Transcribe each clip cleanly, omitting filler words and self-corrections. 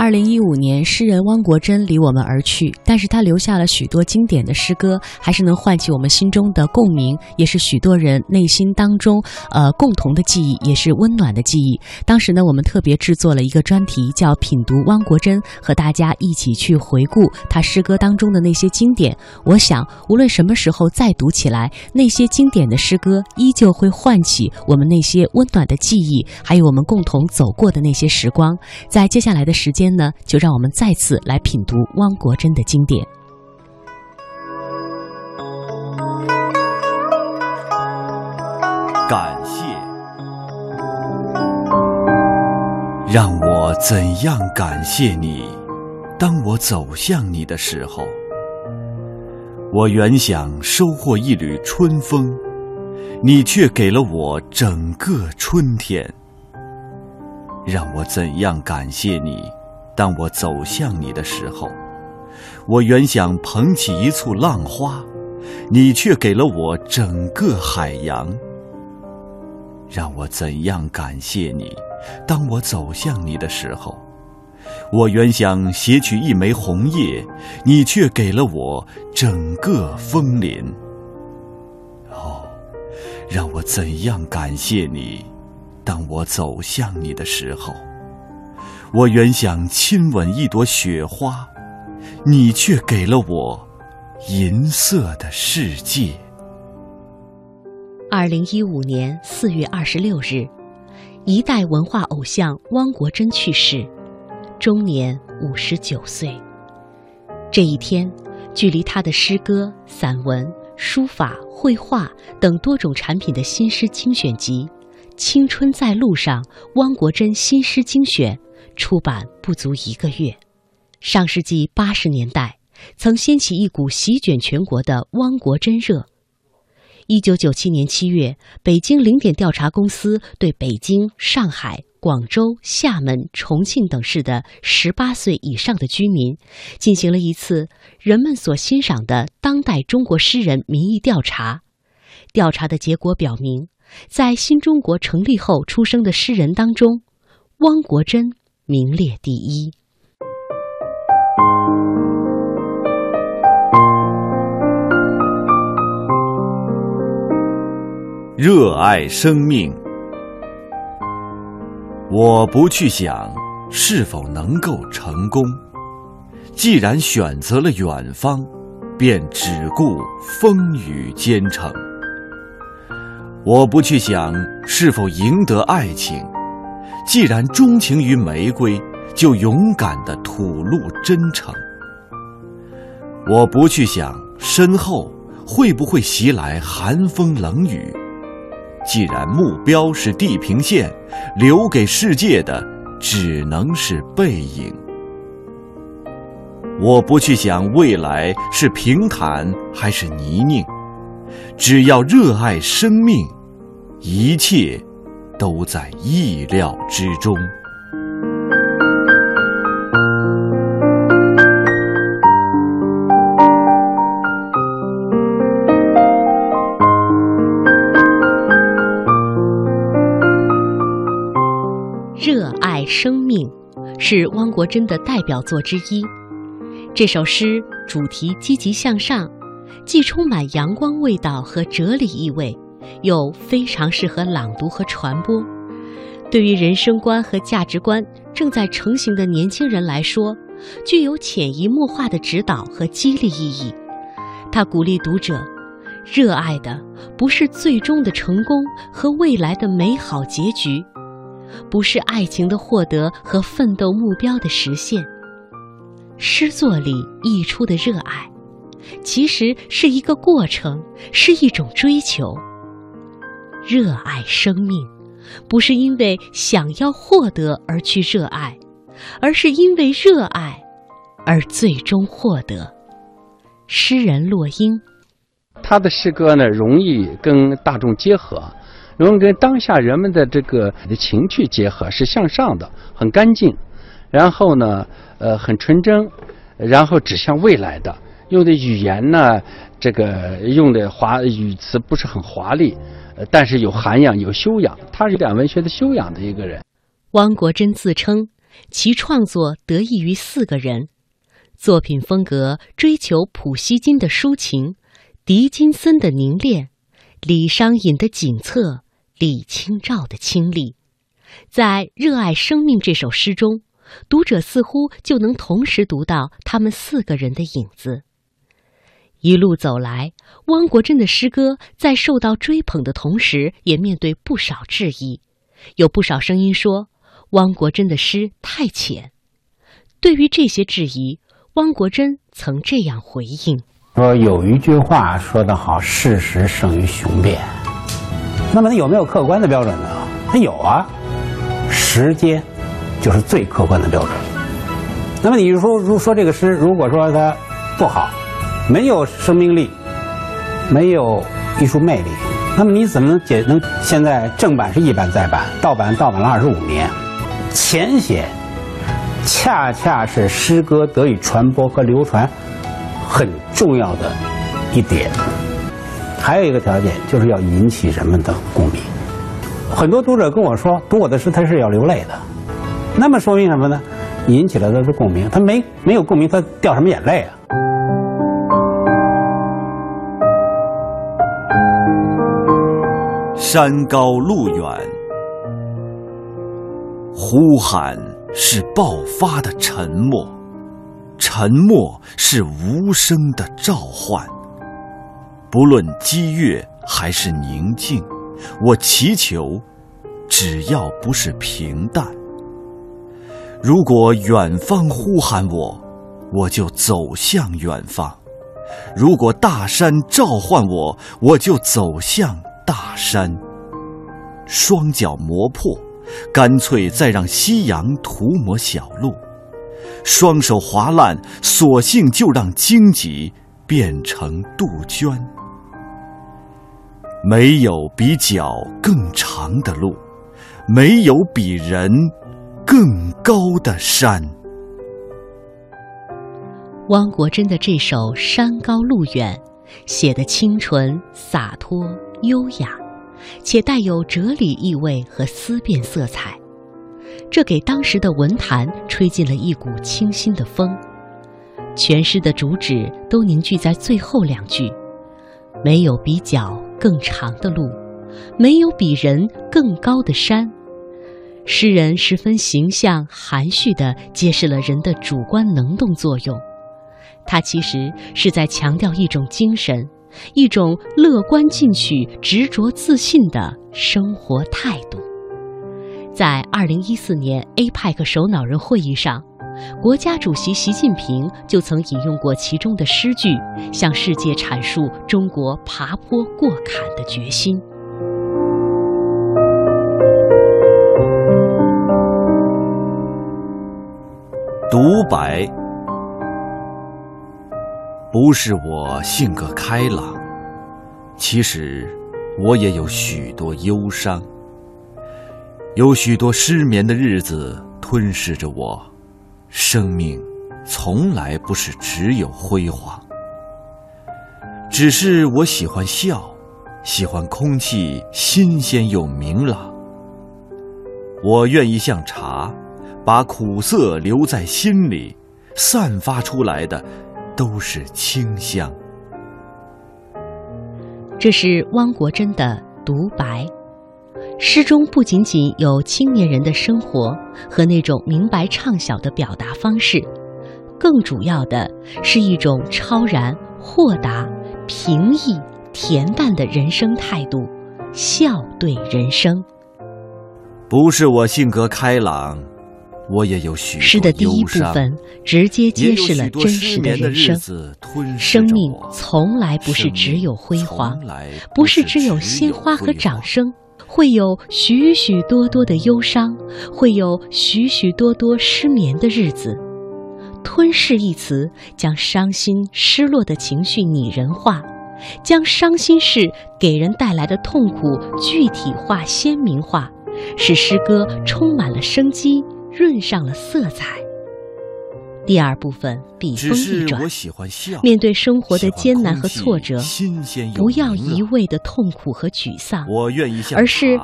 2015年，诗人汪国真离我们而去，但是他留下了许多经典的诗歌，还是能唤起我们心中的共鸣，也是许多人内心当中共同的记忆，也是温暖的记忆。当时呢，我们特别制作了一个专题，叫品读汪国真，和大家一起去回顾他诗歌当中的那些经典。我想，无论什么时候再读起来，那些经典的诗歌依旧会唤起我们那些温暖的记忆，还有我们共同走过的那些时光。在接下来的时间呢，就让我们再次来品读汪国真的经典。 感谢，让我怎样感谢你？当我走向你的时候，我原想收获一缕春风，你却给了我整个春天。让我怎样感谢你？当我走向你的时候，我原想捧起一簇浪花，你却给了我整个海洋。让我怎样感谢你？当我走向你的时候，我原想携取一枚红叶，你却给了我整个枫林。哦，让我怎样感谢你？当我走向你的时候，我原想亲吻一朵雪花，你却给了我银色的世界。 2015年4月26日，一代文化偶像汪国真去世，终年59岁。这一天，距离他的诗歌、散文、书法、绘画等多种产品的新诗精选集《青春在路上》汪国真新诗精选出版不足1个月。上世纪80年代，曾掀起一股席卷全国的汪国真热。1997年7月，北京零点调查公司对北京、上海、广州、厦门、重庆等市的18岁以上的居民进行了一次人们所欣赏的当代中国诗人民意调查。调查的结果表明，在新中国成立后出生的诗人当中，汪国真名列第一。 热爱生命。我不去想是否能够成功，既然选择了远方，便只顾风雨兼程。我不去想是否赢得爱情，既然钟情于玫瑰，就勇敢地吐露真诚。我不去想身后会不会袭来寒风冷雨，既然目标是地平线，留给世界的只能是背影。我不去想未来是平坦还是泥泞，只要热爱生命，一切都在意料之中。 热爱生命是汪国真的代表作之一。这首诗主题积极向上，既充满阳光味道和哲理意味，又非常适合朗读和传播。对于人生观和价值观正在成型的年轻人来说，具有潜移默化的指导和激励意义。他鼓励读者，热爱的不是最终的成功和未来的美好结局，不是爱情的获得和奋斗目标的实现。诗作里溢出的热爱，其实是一个过程，是一种追求。热爱生命，不是因为想要获得而去热爱，而是因为热爱而最终获得。诗人骆英， 他的诗歌呢，容易跟大众结合，容易跟当下人们的这个情趣结合，是向上的，很干净，然后呢，很纯真，然后指向未来的。用的语言呢，这个用的语词不是很华丽，但是有涵养、有修养，他是有点文学的修养的一个人。 汪国真自称其创作得益于4个人，作品风格追求普希金的抒情，狄金森的凝练，李商隐的景侧，李清照的清丽。在《热爱生命》这首诗中，读者似乎就能同时读到他们4个人的影子。一路走来，汪国真的诗歌在受到追捧的同时，也面对不少质疑。有不少声音说，汪国真的诗太浅。对于这些质疑，汪国真曾这样回应： 说有一句话说得好，事实胜于雄辩。那么它有没有客观的标准呢？它有啊，时间就是最客观的标准。那么你说这个诗，如果说它不好，没有生命力，没有艺术魅力，那么你怎么能现在正版是一版再版，盗版了25年？浅显恰恰是诗歌得以传播和流传很重要的一点。还有一个条件，就是要引起人们的共鸣。很多读者跟我说，读我的诗他是要流泪的，那么说明什么呢？引起了他的共鸣。他没有共鸣，他掉什么眼泪啊？ 山高路远，呼喊是爆发的沉默，沉默是无声的召唤。不论激越还是宁静，我祈求，只要不是平淡。如果远方呼喊我，我就走向远方；如果大山召唤我，我就走向大山。双脚磨破，干脆再让夕阳涂抹小路；双手划烂，索性就让荆棘变成杜鹃。没有比脚更长的路，没有比人更高的山。 汪国真的这首《山高路远》写得清纯、洒脱、优雅，且带有哲理意味和思辨色彩，这给当时的文坛吹进了一股清新的风。全诗的主旨都凝聚在最后2句：没有比脚更长的路，没有比人更高的山。诗人十分形象含蓄地揭示了人的主观能动作用，他其实是在强调一种精神，一种乐观进取、执着自信的生活态度。在2014年 APEC 首脑人会议上，国家主席习近平就曾引用过其中的诗句，向世界阐述中国爬坡过坎的决心。 独白。不是我性格开朗，其实我也有许多忧伤，有许多失眠的日子吞噬着我。生命从来不是只有辉煌，只是我喜欢笑，喜欢空气新鲜又明朗。我愿意像茶，把苦涩留在心里，散发出来的都是清香。 这是汪国真的独白。诗中不仅仅有青年人的生活和那种明白畅晓的表达方式，更主要的是一种超然、豁达、平易、恬淡的人生态度，笑对人生。 不是我性格开朗，我也有许多忧伤。 诗的第一部分直接揭示了真实的人生。生命从来不是只有辉煌，不是只有鲜花和掌声，会有许许多多的忧伤，会有许许多多失眠的日子。吞噬一词将伤心失落的情绪拟人化，将伤心事给人带来的痛苦具体化鲜明化，使诗歌充满了生机，润上了色彩。第二部分笔锋一转，面对生活的艰难和挫折，不要一味的痛苦和沮丧，而是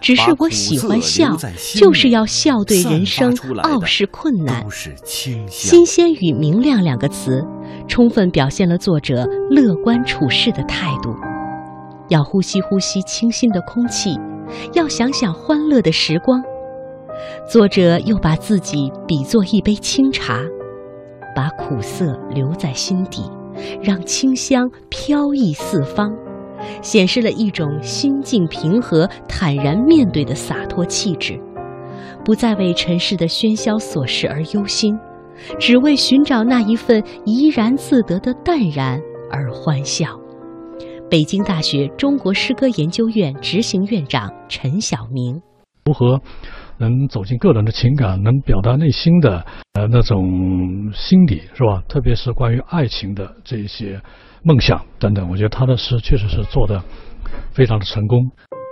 只是我喜欢笑，就是要笑对人生傲视困难。新鲜与明亮两个词，充分表现了作者乐观处事的态度。要呼吸呼吸清新的空气，要想想欢乐的时光。作者又把自己比作一杯清茶，把苦涩留在心底，让清香飘逸四方，显示了一种心境平和、坦然面对的洒脱气质，不再为尘世的喧嚣琐事而忧心，只为寻找那一份怡然自得的淡然而欢笑。北京大学中国诗歌研究院执行院长陈晓明： 如何能走进个人的情感，能表达内心的那种心理，是吧？特别是关于爱情的这一些梦想等等，我觉得他的诗确实是做得非常的成功。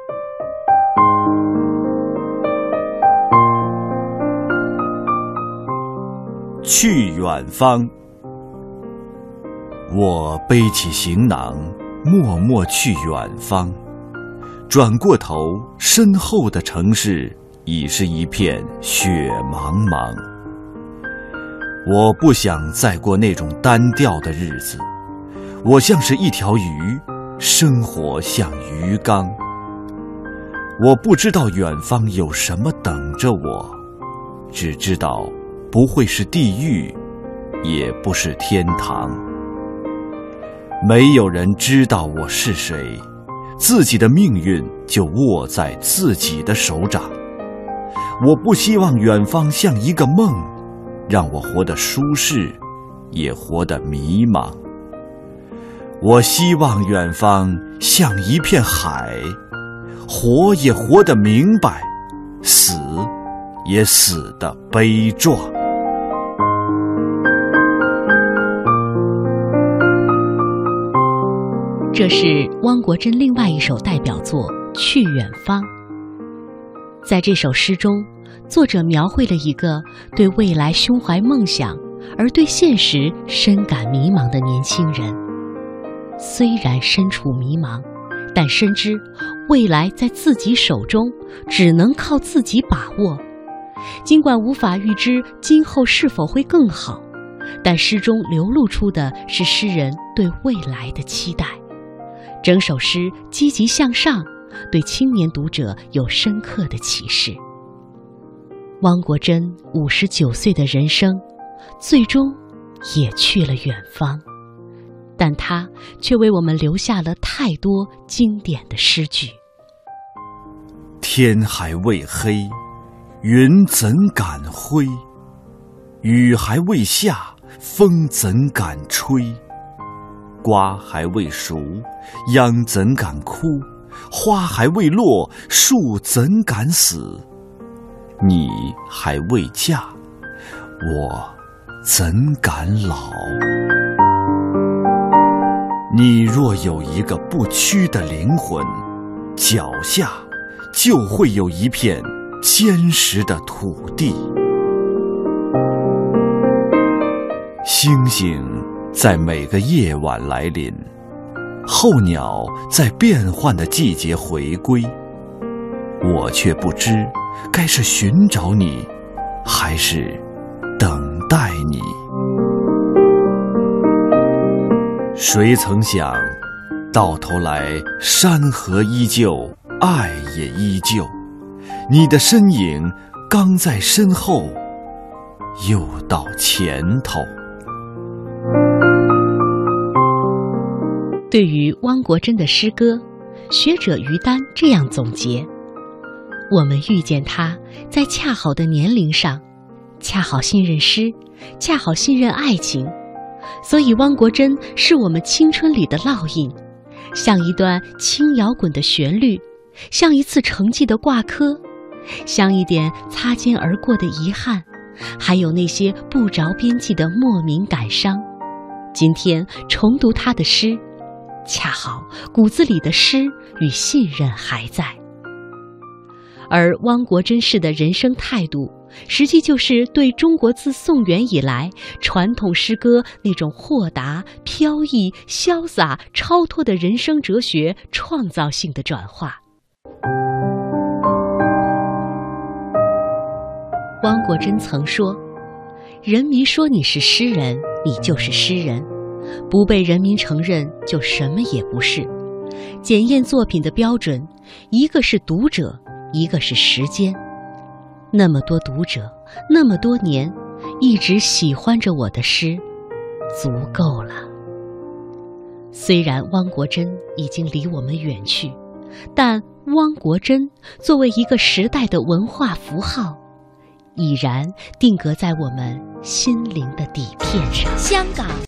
去远方，我背起行囊，默默去远方。转过头，身后的城市已是一片雪茫茫。我不想再过那种单调的日子，我像是一条鱼，生活像鱼缸。我不知道远方有什么等着我，只知道不会是地狱，也不是天堂。没有人知道我是谁，自己的命运就握在自己的手掌。我不希望远方像一个梦，让我活得舒适，也活得迷茫。我希望远方像一片海，活也活得明白，死也死得悲壮。 这是汪国真另外一首代表作《去远方》。在这首诗中，作者描绘了一个对未来胸怀梦想，而对现实深感迷茫的年轻人。虽然身处迷茫，但深知未来在自己手中，只能靠自己把握。尽管无法预知今后是否会更好，但诗中流露出的是诗人对未来的期待。整首诗积极向上，对青年读者有深刻的启示。汪国真59岁的人生，最终也去了远方，但他却为我们留下了太多经典的诗句。 天还未黑，云怎敢灰？雨还未下，风怎敢吹？瓜还未熟，秧怎敢枯？花还未落，树怎敢死？你还未嫁，我怎敢老？你若有一个不屈的灵魂，脚下就会有一片坚实的土地。星星在每个夜晚来临，候鸟在变换的季节回归，我却不知该是寻找你，还是等待你。谁曾想，到头来山河依旧，爱也依旧，你的身影刚在身后，又到前头。 对于汪国真的诗歌，学者于丹这样总结：我们遇见他在恰好的年龄上，恰好信任诗，恰好信任爱情，所以汪国真是我们青春里的烙印，像一段轻摇滚的旋律，像一次成绩的挂科，像一点擦肩而过的遗憾，还有那些不着边际的莫名感伤。今天重读他的诗，恰好骨子里的诗与信任还在。而汪国真式的人生态度，实际就是对中国自宋元以来传统诗歌那种豁达、飘逸、潇洒、超脱的人生哲学创造性的转化。 汪国真曾说：“人民说你是诗人，你就是诗人；不被人民承认，就什么也不是。检验作品的标准，一个是读者，一个是时间。那么多读者，那么多年，一直喜欢着我的诗，足够了。”虽然汪国真已经离我们远去，但汪国真作为一个时代的文化符号，已然定格在我们心灵的底片上。香港